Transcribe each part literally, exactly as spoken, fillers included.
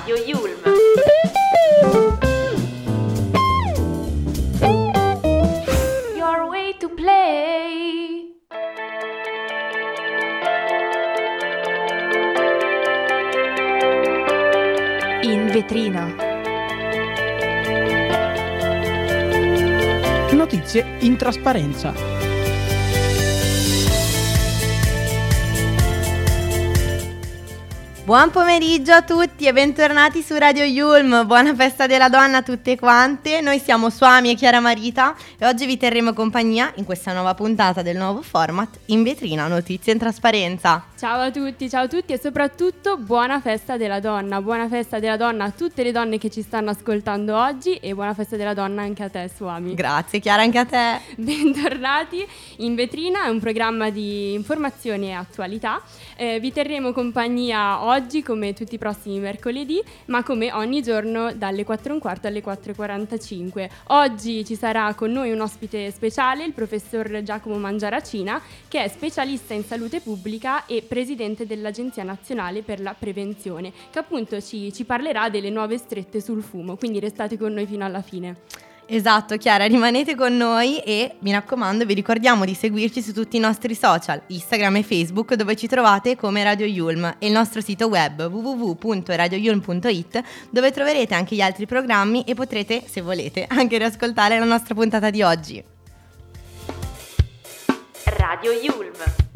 Radio Yulm. Your way to play. In vetrina. Notizie in trasparenza. Buon pomeriggio a tutti e bentornati su Radio Yulm. Buona festa della donna a tutte quante. Noi siamo Suami e Chiara Marita e oggi vi terremo compagnia in questa nuova puntata del nuovo format In vetrina, notizie in trasparenza. Ciao a tutti, ciao a tutti e soprattutto buona festa della donna. Buona festa della donna a tutte le donne che ci stanno ascoltando oggi e buona festa della donna anche a te, Suami. Grazie Chiara, anche a te. Bentornati. In vetrina è un programma di informazione e attualità. Eh, vi terremo compagnia oggi come tutti i prossimi mercoledì, ma come ogni giorno dalle quattro e un quarto alle quattro e quarantacinque. Oggi ci sarà con noi un ospite speciale, il professor Giacomo Mangiaracina, che è specialista in salute pubblica e presidente dell'Agenzia Nazionale per la Prevenzione, che appunto ci, ci parlerà delle nuove strette sul fumo, quindi restate con noi fino alla fine. Esatto Chiara, rimanete con noi e mi raccomando vi ricordiamo di seguirci su tutti i nostri social, Instagram e Facebook, dove ci trovate come Radio Yulm, e il nostro sito web w w w punto radio yulm punto i t, dove troverete anche gli altri programmi e potrete, se volete, anche riascoltare la nostra puntata di oggi. Radio Yulm.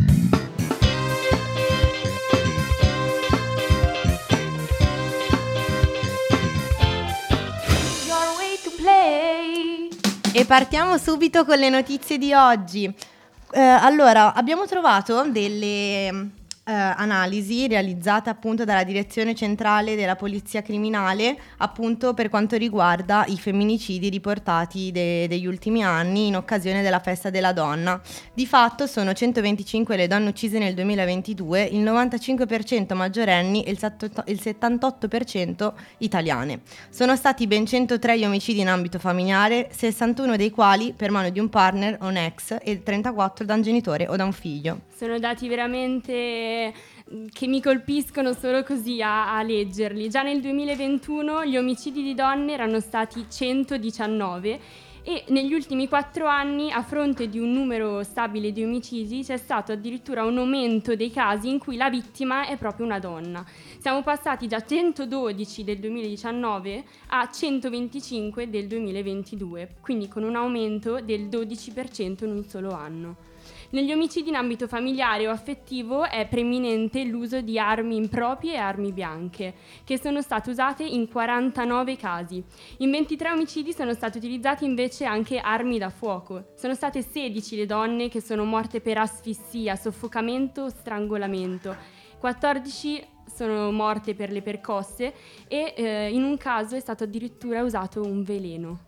E partiamo subito con le notizie di oggi. Eh, allora, abbiamo trovato delle eh, analisi realizzate appunto dalla Direzione Centrale della Polizia Criminale, appunto per quanto riguarda i femminicidi riportati de- degli ultimi anni in occasione della festa della donna. Di fatto sono centoventicinque le donne uccise nel duemilaventidue, il novantacinque per cento maggiorenni e il, set- il settantotto per cento italiane. Sono stati ben centotré gli omicidi in ambito familiare, sessantuno dei quali per mano di un partner o un ex e trentaquattro da un genitore o da un figlio. Sono dati veramente che mi colpiscono solo così a, a leggerli. Già nel duemilaventuno gli omicidi di donne erano stati centodiciannove e negli ultimi quattro anni, a fronte di un numero stabile di omicidi, c'è stato addirittura un aumento dei casi in cui la vittima è proprio una donna. Siamo passati da centododici del duemiladiciannove a centoventicinque del duemilaventidue, quindi con un aumento del dodici per cento in un solo anno. Negli omicidi in ambito familiare o affettivo è preminente l'uso di armi improprie e armi bianche, che sono state usate in quarantanove casi. In ventitré omicidi sono state utilizzate invece anche armi da fuoco. Sono state sedici le donne che sono morte per asfissia, soffocamento o strangolamento. quattordici sono morte per le percosse e eh, in un caso è stato addirittura usato un veleno.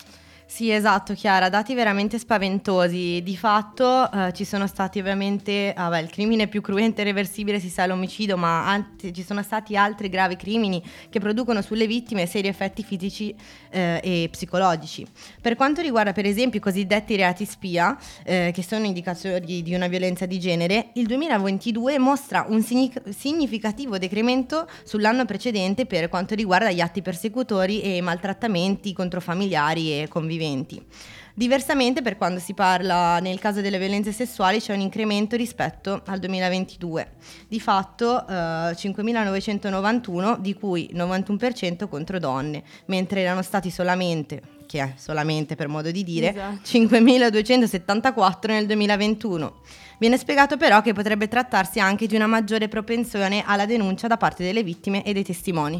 Sì, esatto Chiara, dati veramente spaventosi. Di fatto eh, ci sono stati ovviamente, ah beh, il crimine più cruento e irreversibile si sa l'omicidio, ma anzi, ci sono stati altri gravi crimini che producono sulle vittime seri effetti fisici eh, e psicologici. Per quanto riguarda per esempio i cosiddetti reati spia, eh, che sono indicatori di una violenza di genere, il duemilaventidue mostra un signic- significativo decremento sull'anno precedente per quanto riguarda gli atti persecutori e maltrattamenti contro familiari e conviventi. Diversamente, per quando si parla nel caso delle violenze sessuali, c'è un incremento rispetto al duemilaventidue. Di fatto eh, cinquemilanovecentonovantuno, di cui novantuno per cento contro donne, mentre erano stati solamente, che è solamente per modo di dire, esatto, cinquemiladuecentosettantaquattro nel duemilaventuno. Viene spiegato però che potrebbe trattarsi anche di una maggiore propensione alla denuncia da parte delle vittime e dei testimoni.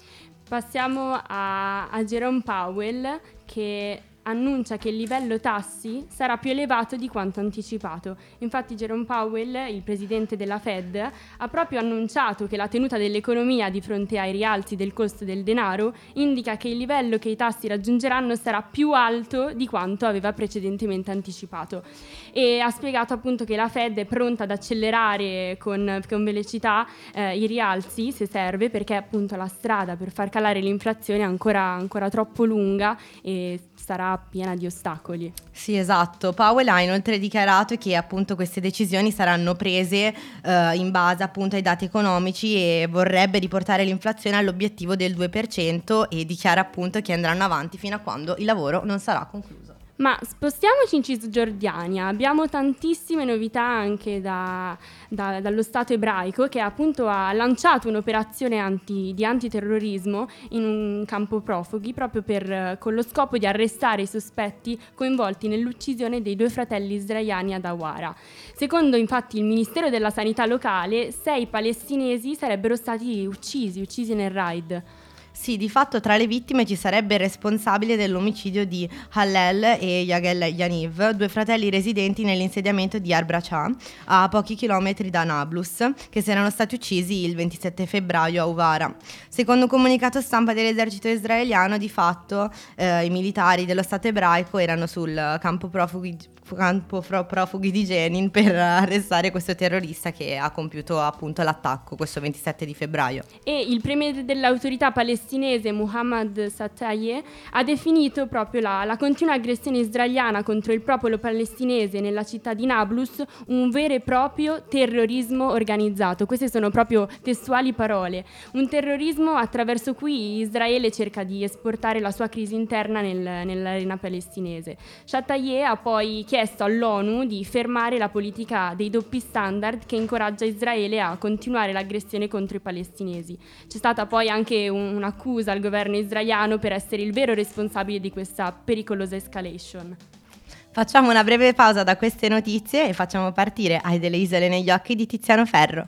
Passiamo a, a Jerome Powell, che annuncia che il livello tassi sarà più elevato di quanto anticipato. Infatti Jerome Powell, il presidente della Fed, ha proprio annunciato che la tenuta dell'economia di fronte ai rialzi del costo del denaro indica che il livello che i tassi raggiungeranno sarà più alto di quanto aveva precedentemente anticipato, e ha spiegato appunto che la Fed è pronta ad accelerare con, con velocità eh, i rialzi se serve, perché appunto la strada per far calare l'inflazione è ancora, ancora troppo lunga e sarà strada piena di ostacoli. Sì, esatto. Powell ha inoltre dichiarato che appunto queste decisioni saranno prese eh, in base appunto ai dati economici e vorrebbe riportare l'inflazione all'obiettivo del due per cento e dichiara appunto che andranno avanti fino a quando il lavoro non sarà concluso. Ma spostiamoci in Cisgiordania, abbiamo tantissime novità anche da, da, dallo Stato ebraico, che appunto ha lanciato un'operazione anti, di antiterrorismo in un campo profughi proprio per, con lo scopo di arrestare i sospetti coinvolti nell'uccisione dei due fratelli israeliani ad Awara. Secondo infatti il Ministero della Sanità locale, sei palestinesi sarebbero stati uccisi, uccisi nel raid. Sì, di fatto tra le vittime ci sarebbe il responsabile dell'omicidio di Hallel e Yagel Yaniv, due fratelli residenti nell'insediamento di Arbraccia, a pochi chilometri da Nablus, che si erano stati uccisi il ventisette febbraio a Uvara. Secondo un comunicato stampa dell'esercito israeliano, di fatto eh, i militari dello Stato ebraico erano sul campo profughi, campo profughi di Jenin per arrestare questo terrorista che ha compiuto appunto l'attacco questo ventisette di febbraio. E il premier dell'autorità palestinese Muhammad Sataye ha definito proprio la, la continua aggressione israeliana contro il popolo palestinese nella città di Nablus un vero e proprio terrorismo organizzato. Queste sono proprio testuali parole. Un terrorismo attraverso cui Israele cerca di esportare la sua crisi interna nel, nell'arena palestinese. Sataye ha poi chiesto all'ONU di fermare la politica dei doppi standard che incoraggia Israele a continuare l'aggressione contro i palestinesi. C'è stata poi anche un, un'accusa al governo israeliano per essere il vero responsabile di questa pericolosa escalation. Facciamo una breve pausa da queste notizie e facciamo partire Hai delle isole negli occhi di Tiziano Ferro.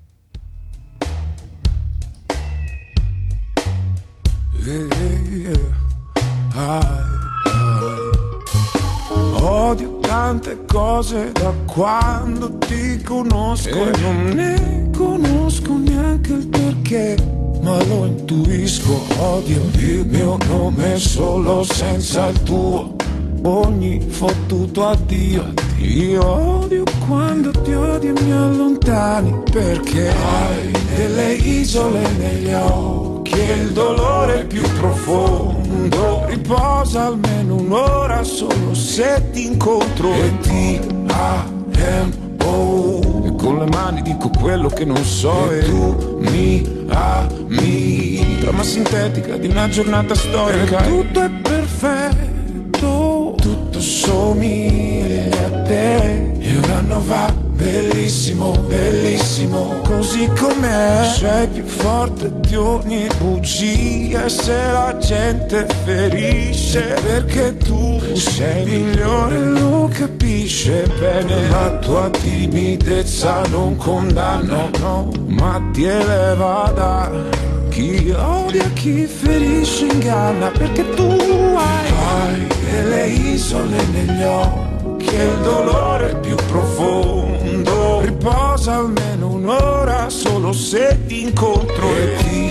Yeah, yeah. I, I. Odio tante cose da quando ti conosco e non ne conosco neanche il perché, ma lo intuisco. Odio il mio nome solo senza il tuo, ogni fottuto addio. Io odio quando ti odi e mi allontani, perché hai delle isole negli occhi e il dolore più profondo riposa almeno un'ora solo se ti incontro. E ti amo e con le mani dico quello che non so e tu mi ami. Trama sintetica di una giornata storica e tutto è perfetto, tutto somiglia a te e un anno va bellissimo, bellissimo così com'è. Sei più forte di ogni bugia e se la gente ferisce perché tu sei migliore lo capisce bene. La tua timidezza non condanna, no, ma ti eleva da chi odia, chi ferisce, inganna, perché tu hai, hai delle isole negli occhi e il dolore più profondo riposa almeno un'ora solo se ti incontro. E ti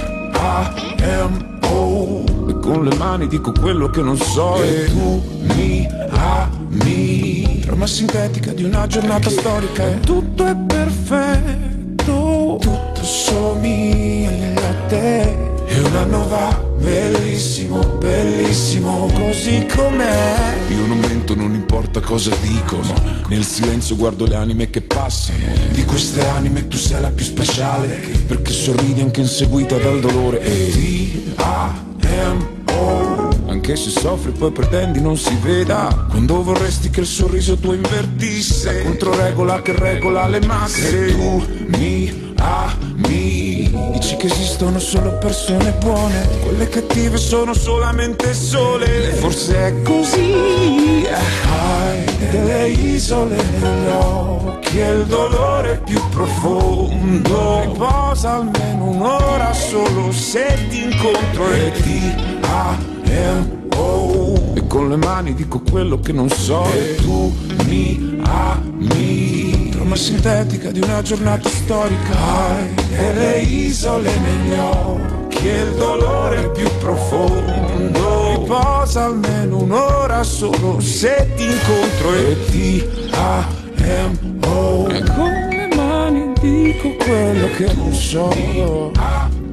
amo e con le mani dico quello che non so e tu mi ami. Trama sintetica di una giornata storica e tutto è perfetto, tutto somiglia a te e un anno va bellissimo, bellissimo così com'è. Io non mento, non importa cosa dicono, nel silenzio guardo le anime che passano. Di queste anime tu sei la più speciale, perché sorridi anche inseguita dal dolore. E ti amo anche se soffri poi pretendi non si veda, quando vorresti che il sorriso tuo invertisse la controregola che regola le masse. E tu mi ami, dici che esistono solo persone buone, quelle cattive sono solamente sole. Forse è così. Hai delle isole negli occhi e il dolore più profondo riposa almeno un'ora solo se ti incontro. E ti amo e con le mani dico quello che non so e tu mi ami. Trama sintetica di una giornata storica. Hai delle isole negli occhi e il dolore più profondo riposa almeno un'ora solo se ti incontro. E ti amo e con le mani dico quello che non so.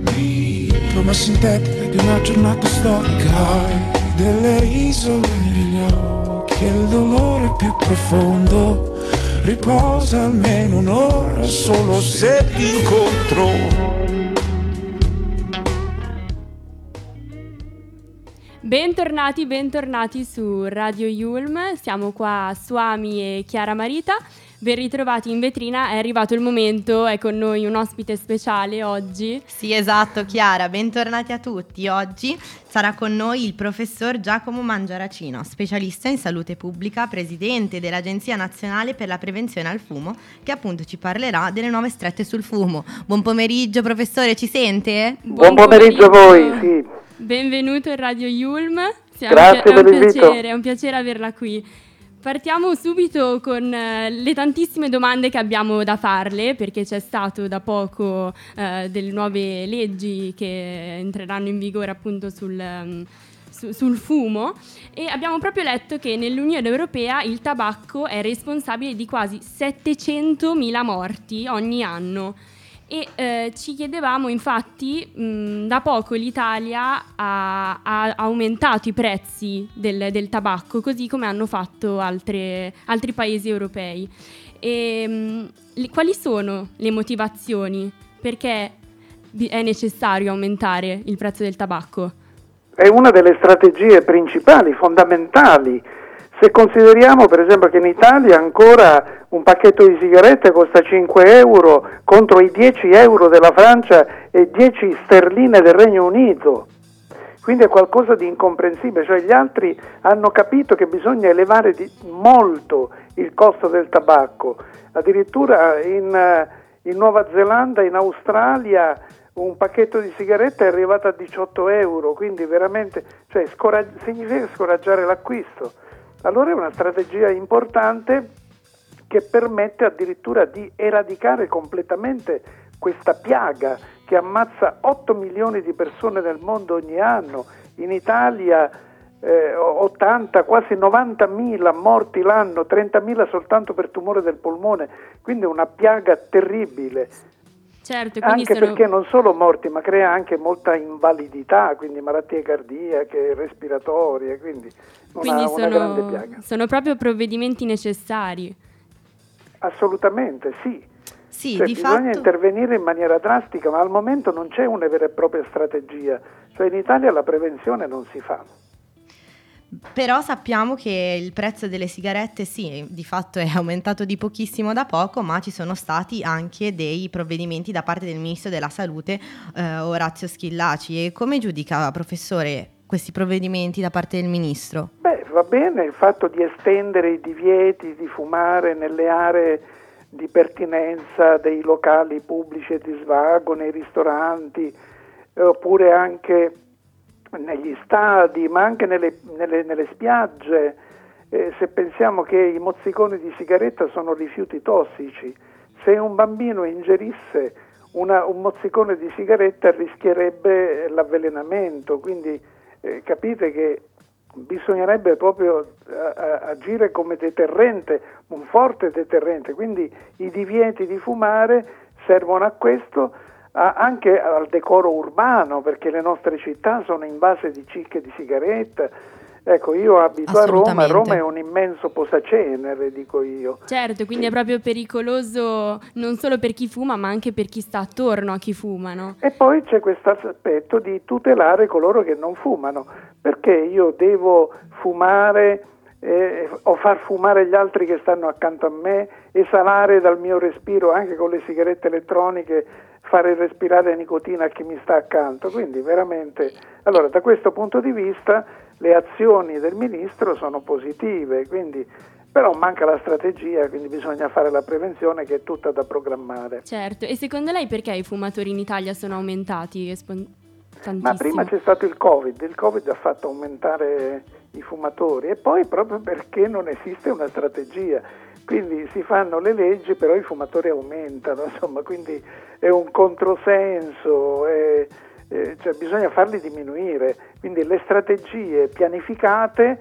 Trama sintetica di una giornata storica. Hai delle isole negli che il dolore più profondo riposa almeno un'ora solo se ti incontro. Bentornati, bentornati su Radio Yulm, siamo qua Suami e Chiara Marita, ben ritrovati in vetrina, è arrivato il momento, è con noi un ospite speciale oggi. Sì, esatto Chiara, bentornati a tutti. Oggi sarà con noi il professor Giacomo Mangiaracino, specialista in salute pubblica, presidente dell'Agenzia Nazionale per la Prevenzione al Fumo, che appunto ci parlerà delle nuove strette sul fumo. Buon pomeriggio professore, ci sente? Buon, Buon pomeriggio, pomeriggio a voi, sì. Benvenuto in Radio Yulm, grazie è un, per pi- l'invito. È un piacere, è un piacere averla qui. Partiamo subito con uh, le tantissime domande che abbiamo da farle, perché c'è stato da poco uh, delle nuove leggi che entreranno in vigore appunto sul, um, su, sul fumo, e abbiamo proprio letto che nell'Unione Europea il tabacco è responsabile di quasi settecentomila morti ogni anno. E eh, ci chiedevamo infatti, mh, da poco l'Italia ha, ha aumentato i prezzi del, del tabacco, così come hanno fatto altre, altri paesi europei. E, mh, le, quali sono le motivazioni? Perché è necessario aumentare il prezzo del tabacco? È una delle strategie principali, fondamentali. Se consideriamo per esempio che in Italia ancora un pacchetto di sigarette costa cinque euro contro i dieci euro della Francia e dieci sterline del Regno Unito, quindi è qualcosa di incomprensibile, cioè gli altri hanno capito che bisogna elevare di molto il costo del tabacco, addirittura in, in Nuova Zelanda, in Australia un pacchetto di sigarette è arrivato a diciotto euro, quindi veramente cioè, scoraggi- significa scoraggiare l'acquisto. Allora è una strategia importante che permette addirittura di eradicare completamente questa piaga che ammazza otto milioni di persone nel mondo ogni anno. In Italia eh, ottanta, quasi novantamila morti l'anno, trentamila soltanto per tumore del polmone, quindi è una piaga terribile. Certo, anche sono... perché non solo morti, ma crea anche molta invalidità, quindi malattie cardiache, respiratorie, quindi, quindi una, sono, una grande piaga. Sono proprio provvedimenti necessari. Assolutamente sì, sì cioè, di bisogna fatto... intervenire in maniera drastica, ma al momento non c'è una vera e propria strategia, cioè in Italia la prevenzione non si fa. Però sappiamo che il prezzo delle sigarette sì, di fatto è aumentato di pochissimo da poco, ma ci sono stati anche dei provvedimenti da parte del Ministro della Salute, eh, Orazio Schillaci. E come giudica, professore, questi provvedimenti da parte del Ministro? Beh, va bene il fatto di estendere i divieti di fumare nelle aree di pertinenza dei locali pubblici e di svago, nei ristoranti, eh, oppure anche negli stadi, ma anche nelle, nelle, nelle spiagge. Eh, se pensiamo che i mozziconi di sigaretta sono rifiuti tossici, se un bambino ingerisse una, un mozzicone di sigaretta rischierebbe l'avvelenamento, quindi eh, capite che bisognerebbe proprio a, a, agire come deterrente, un forte deterrente, quindi i divieti di fumare servono a questo, anche al decoro urbano, perché le nostre città sono invase di cicche di sigaretta. Ecco, io abito a Roma, Roma è un immenso posacenere, dico io. Certo, quindi sì. È proprio pericoloso non solo per chi fuma, ma anche per chi sta attorno a chi fuma, no? E poi c'è questo aspetto di tutelare coloro che non fumano, perché io devo fumare eh, o far fumare gli altri che stanno accanto a me, esalare dal mio respiro anche con le sigarette elettroniche, fare respirare nicotina a chi mi sta accanto, quindi veramente, allora da questo punto di vista le azioni del ministro sono positive, quindi, però manca la strategia, quindi bisogna fare la prevenzione che è tutta da programmare. Certo, e secondo lei perché i fumatori in Italia sono aumentati espon- tantissimo? Ma prima c'è stato il Covid, il Covid ha fatto aumentare i fumatori e poi proprio perché non esiste una strategia. Quindi si fanno le leggi, però i fumatori aumentano, insomma, quindi è un controsenso, è, è, cioè bisogna farli diminuire. Quindi le strategie pianificate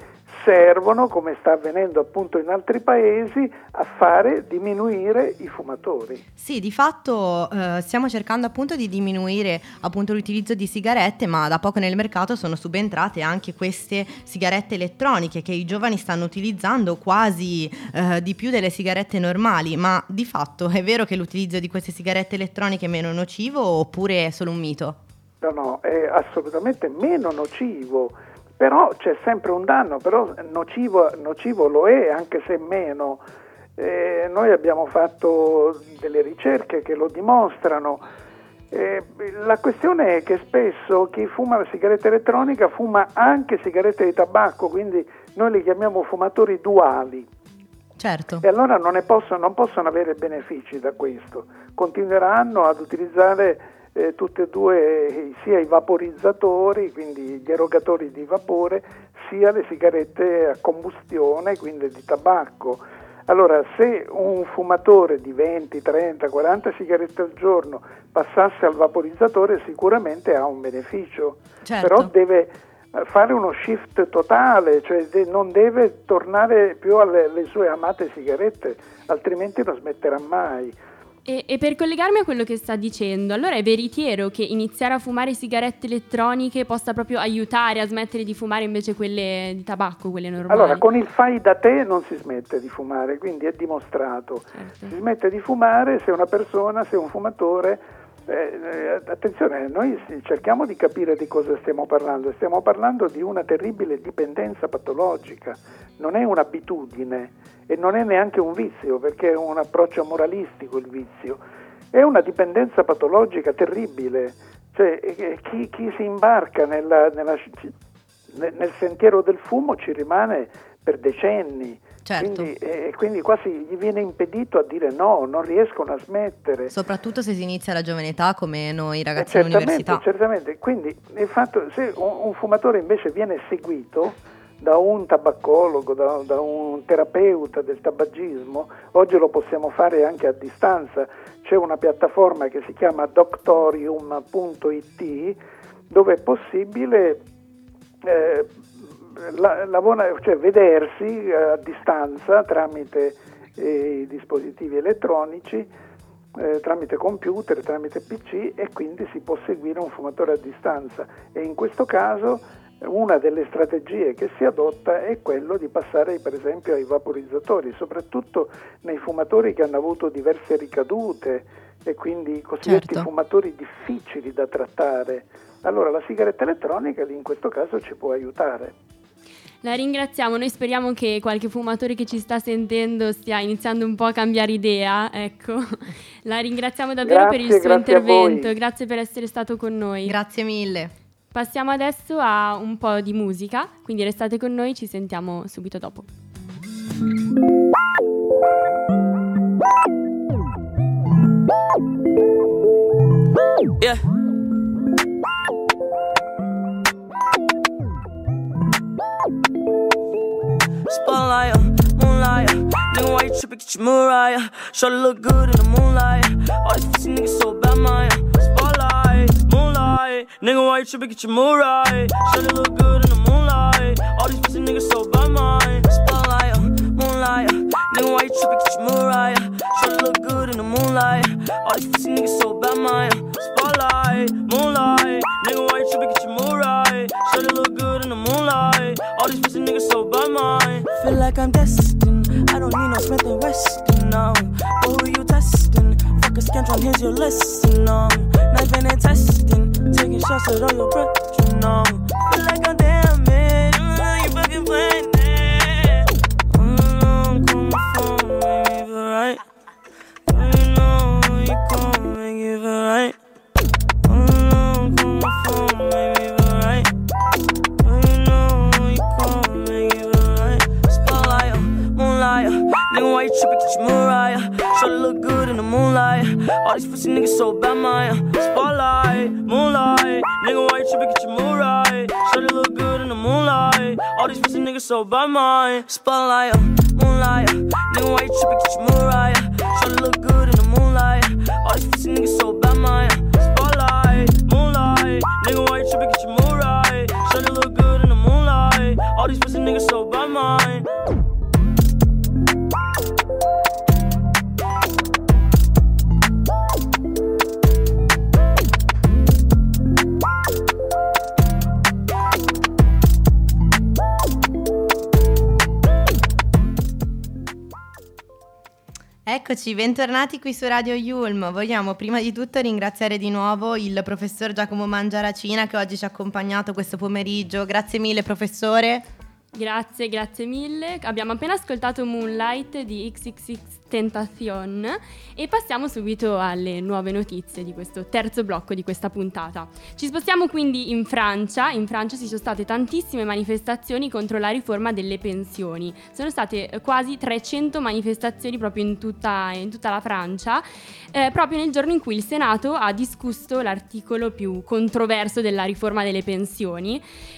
servono, come sta avvenendo appunto in altri paesi, a fare diminuire i fumatori. Sì, di fatto eh, stiamo cercando appunto di diminuire appunto l'utilizzo di sigarette, ma da poco nel mercato sono subentrate anche queste sigarette elettroniche che i giovani stanno utilizzando quasi eh, di più delle sigarette normali. Ma di fatto è vero che l'utilizzo di queste sigarette elettroniche è meno nocivo oppure è solo un mito? No, no, è assolutamente meno nocivo, però c'è sempre un danno, però nocivo, nocivo lo è anche se meno. Eh, noi abbiamo fatto delle ricerche che lo dimostrano. Eh, la questione è che spesso chi fuma la sigaretta elettronica fuma anche sigarette di tabacco, quindi noi li chiamiamo fumatori duali. Certo. E allora non, ne possono, non possono avere benefici da questo, continueranno ad utilizzare eh, tutte e due, sia i vaporizzatori, quindi gli erogatori di vapore, sia le sigarette a combustione, quindi di tabacco. Allora, se un fumatore di venti, trenta, quaranta sigarette al giorno passasse al vaporizzatore, sicuramente ha un beneficio, certo. Però deve fare uno shift totale, cioè de- non deve tornare più alle, alle sue amate sigarette, altrimenti non smetterà mai. E, e per collegarmi a quello che sta dicendo, allora è veritiero che iniziare a fumare sigarette elettroniche possa proprio aiutare a smettere di fumare invece quelle di tabacco, quelle normali? Allora, con il fai da te non si smette di fumare, quindi è dimostrato. Certo. Si smette di fumare se una persona, se un fumatore... Eh, eh, attenzione, noi cerchiamo di capire di cosa stiamo parlando. Stiamo parlando di una terribile dipendenza patologica, non è un'abitudine e non è neanche un vizio, perché è un approccio moralistico il vizio, è una dipendenza patologica terribile. Cioè, eh, chi, chi si imbarca nella, nella, nel sentiero del fumo ci rimane per decenni. Certo. Quindi, eh, quindi quasi gli viene impedito a dire no, non riescono a smettere. Soprattutto se si inizia alla giovane età come noi ragazzi eh, all'università. Certamente, quindi il fatto, se un, un fumatore invece viene seguito da un tabaccologo, da, da un terapeuta del tabagismo, oggi lo possiamo fare anche a distanza, c'è una piattaforma che si chiama doctorium punto it dove è possibile eh, La, la buona, cioè vedersi a distanza tramite eh, i dispositivi elettronici, eh, tramite computer, tramite P C, e quindi si può seguire un fumatore a distanza. E in questo caso una delle strategie che si adotta è quello di passare per esempio ai vaporizzatori, soprattutto nei fumatori che hanno avuto diverse ricadute e quindi i cosiddetti certo. fumatori difficili da trattare. Allora la sigaretta elettronica in questo caso ci può aiutare. La ringraziamo, noi speriamo che qualche fumatore che ci sta sentendo stia iniziando un po' a cambiare idea, ecco. La ringraziamo davvero Grazie, per il suo grazie intervento, grazie per essere stato con noi. Grazie mille. Passiamo adesso a un po' di musica, quindi restate con noi, ci sentiamo subito dopo. Yeah. Spotlight, moonlight, nigga, why you trippin', get your Mariah. Shorty look good in the moonlight. All these pussy niggas so bad, man. Spotlight, moonlight, nigga, why you trippin', get your Mariah. Shorty look good in the moonlight. All these pussy niggas so bad, man. Spotlight, moonlight, nigga, why you trippin', get your Mariah. Shorty look good in the moonlight. All these pussy niggas so bad, man. Spotlight, moonlight, nigga, why you trippin', get your Mariah. Shorty look good in the moonlight. All these pussy niggas so bad, man. Feel like I'm destined. I don't need no Smith and Weston, no. But who you testing? Fuck a scantron, here's your lesson, no. Knife and testing, taking shots at all your breath, you know. Feel like I'm damn it, you fucking playing it. I'm coming for me, feel right. You know you come and give it right. I'm coming for me, feel right. You know you come and give it right. Spotlight, moonlight, nigga, why you trippin', get your Mariah. Shorty look good in the moonlight. All these pussy niggas so bad, man. Spotlight, moonlight, nigga, why you trippin', get your Mariah. Shorty look good in the moonlight. All these pussy niggas so bad, man. Spotlight, moonlight, nigga, why you trippin', get your Mariah. Shorty look good in the moonlight. All these pussy niggas so bad, man. Spotlight, moonlight, nigga, why you trippin', get your Mariah. Shorty look good in the moonlight. All these pussy niggas so bad, man. Eccoci, bentornati qui su Radio Yulm. Vogliamo prima di tutto ringraziare di nuovo il professor Giacomo Mangiaracina che oggi ci ha accompagnato questo pomeriggio. Grazie mille professore. Grazie, grazie mille. Abbiamo appena ascoltato Moonlight di X X X Tentacion e passiamo subito alle nuove notizie di questo terzo blocco di questa puntata. Ci spostiamo quindi in Francia. In Francia ci sono state tantissime manifestazioni contro la riforma delle pensioni. Sono state quasi trecento manifestazioni proprio in tutta, in tutta la Francia, eh, proprio nel giorno in cui il Senato ha discusso l'articolo più controverso della riforma delle pensioni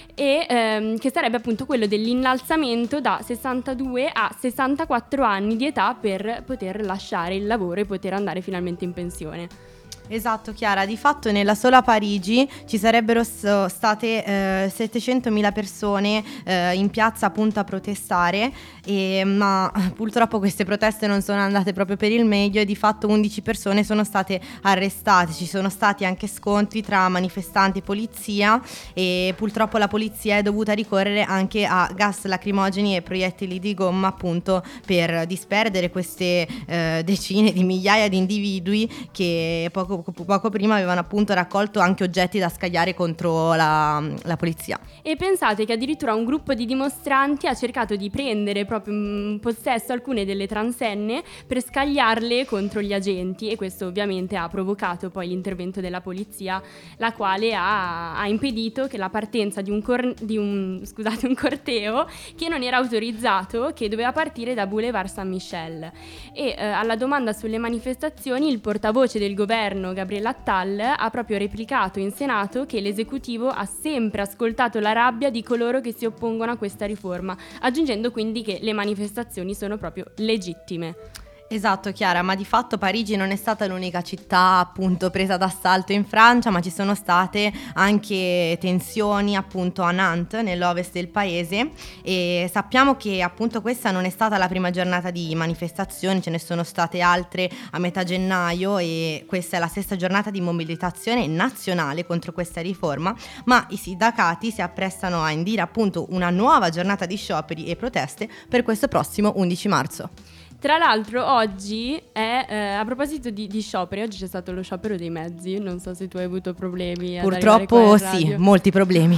e ehm, che sarebbe appunto quello dell'innalzamento da sessantadue a sessantaquattro anni di età per poter lasciare il lavoro e poter andare finalmente in pensione. Esatto Chiara, di fatto nella sola Parigi ci sarebbero so state eh, settecentomila persone eh, in piazza appunto a protestare, e, ma purtroppo queste proteste non sono andate proprio per il meglio e di fatto undici persone sono state arrestate. Ci sono stati anche scontri tra manifestanti e polizia e purtroppo la polizia è dovuta ricorrere anche a gas lacrimogeni e proiettili di gomma appunto per disperdere queste eh, decine di migliaia di individui che poco poco prima avevano appunto raccolto anche oggetti da scagliare contro la, la polizia. E pensate che addirittura un gruppo di dimostranti ha cercato di prendere proprio in possesso alcune delle transenne per scagliarle contro gli agenti, e questo ovviamente ha provocato poi l'intervento della polizia, la quale ha, ha impedito che la partenza di un, cor- di un, scusate, un corteo che non era autorizzato, che doveva partire da Boulevard Saint-Michel. E eh, alla domanda sulle manifestazioni il portavoce del governo Gabriel Attal ha proprio replicato in Senato che l'esecutivo ha sempre ascoltato la rabbia di coloro che si oppongono a questa riforma, aggiungendo quindi che le manifestazioni sono proprio legittime. Esatto Chiara, ma di fatto Parigi non è stata l'unica città appunto presa d'assalto in Francia, ma ci sono state anche tensioni appunto a Nantes, nell'ovest del paese, e sappiamo che appunto questa non è stata la prima giornata di manifestazioni, ce ne sono state altre a metà gennaio e questa è la sesta giornata di mobilitazione nazionale contro questa riforma, ma i sindacati si apprestano a indire appunto una nuova giornata di scioperi e proteste per questo prossimo undici marzo. Tra l'altro oggi è, eh, a proposito di, di scioperi, oggi c'è stato lo sciopero dei mezzi, non so se tu hai avuto problemi. Purtroppo sì, molti problemi.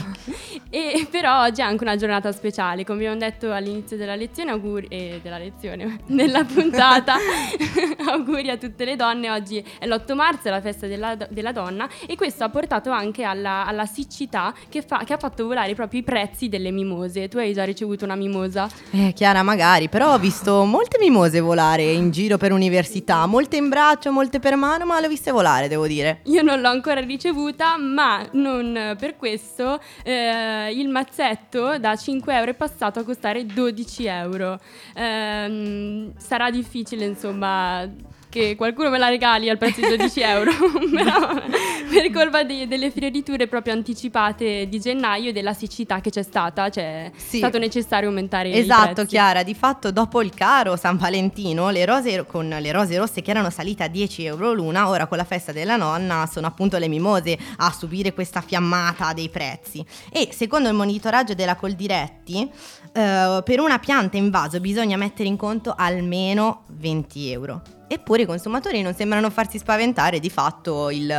E però oggi è anche una giornata speciale, come abbiamo detto all'inizio della lezione, auguri, eh, della lezione, nella puntata, auguri a tutte le donne. Oggi è l'otto marzo, è la festa della, della donna, e questo ha portato anche alla, alla siccità che, fa, che ha fatto volare proprio i prezzi delle mimose. Tu hai già ricevuto una mimosa? Eh Chiara, magari, però ho visto molte mimose volare in giro per università, molte in braccio, molte per mano, ma le ho viste volare, devo dire. Io non l'ho ancora ricevuta, ma non per questo eh, il mazzetto da cinque euro è passato a costare dodici euro. Eh, sarà difficile, insomma, che qualcuno me la regali al prezzo di dodici euro, però per colpa di, delle fioriture proprio anticipate di gennaio e della siccità che c'è stata, cioè sì, è stato necessario aumentare esatto, i prezzi. Esatto Chiara, di fatto dopo il caro San Valentino le rose, con le rose rosse che erano salite a dieci euro l'una, ora con la festa della nonna sono appunto le mimose a subire questa fiammata dei prezzi. E secondo il monitoraggio della Coldiretti eh, per una pianta in vaso bisogna mettere in conto almeno venti euro. Eppure i consumatori non sembrano farsi spaventare, di fatto il,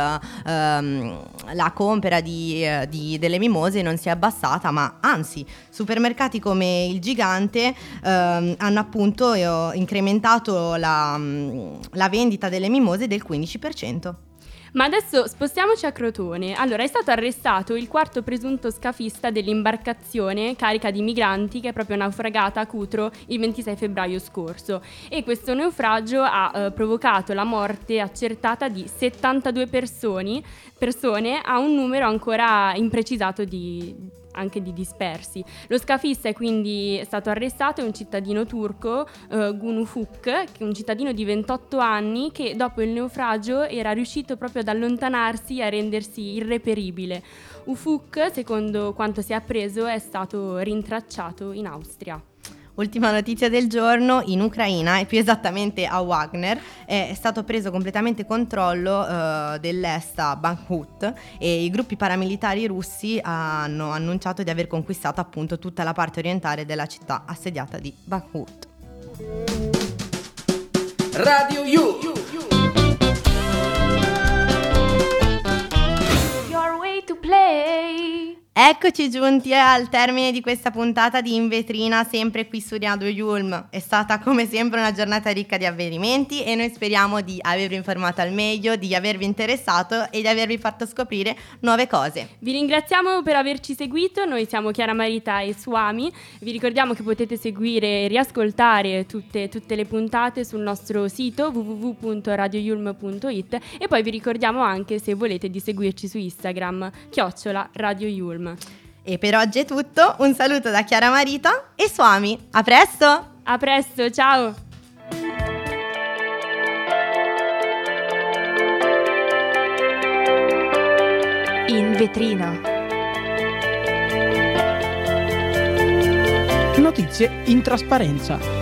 um, la compra di, di, delle mimose non si è abbassata, ma anzi supermercati come il Gigante um, hanno appunto eh, incrementato la, um, la vendita delle mimose del quindici per cento. Ma adesso spostiamoci a Crotone. Allora, è stato arrestato il quarto presunto scafista dell'imbarcazione carica di migranti che è proprio naufragata a Cutro il ventisei febbraio scorso, e questo naufragio ha eh, provocato la morte accertata di settantadue persone, persone a un numero ancora imprecisato di anche di dispersi. Lo scafista è quindi stato arrestato, è un cittadino turco, eh, Gunufuk, che è un cittadino di ventotto anni che dopo il naufragio era riuscito proprio ad allontanarsi e a rendersi irreperibile. Ufuk, secondo quanto si è appreso, è stato rintracciato in Austria. Ultima notizia del giorno, in Ucraina e più esattamente a Wagner è stato preso completamente controllo uh, dell'est a Bakhmut e i gruppi paramilitari russi hanno annunciato di aver conquistato appunto tutta la parte orientale della città assediata di Bakhmut. Radio You. Your way to play. Eccoci giunti al termine di questa puntata di In Vetrina, sempre qui su Radio Yulm. È stata come sempre una giornata ricca di avvenimenti e noi speriamo di avervi informato al meglio, di avervi interessato e di avervi fatto scoprire nuove cose. Vi ringraziamo per averci seguito, noi siamo Chiara Marita e Suami, vi ricordiamo che potete seguire e riascoltare tutte, tutte le puntate sul nostro sito w w w punto radio yulm punto it e poi vi ricordiamo anche, se volete, di seguirci su Instagram, chiocciola Radio Yulm. E per oggi è tutto, un saluto da Chiara Marita e Suami, a presto! A presto, ciao! In vetrina. Notizie in trasparenza.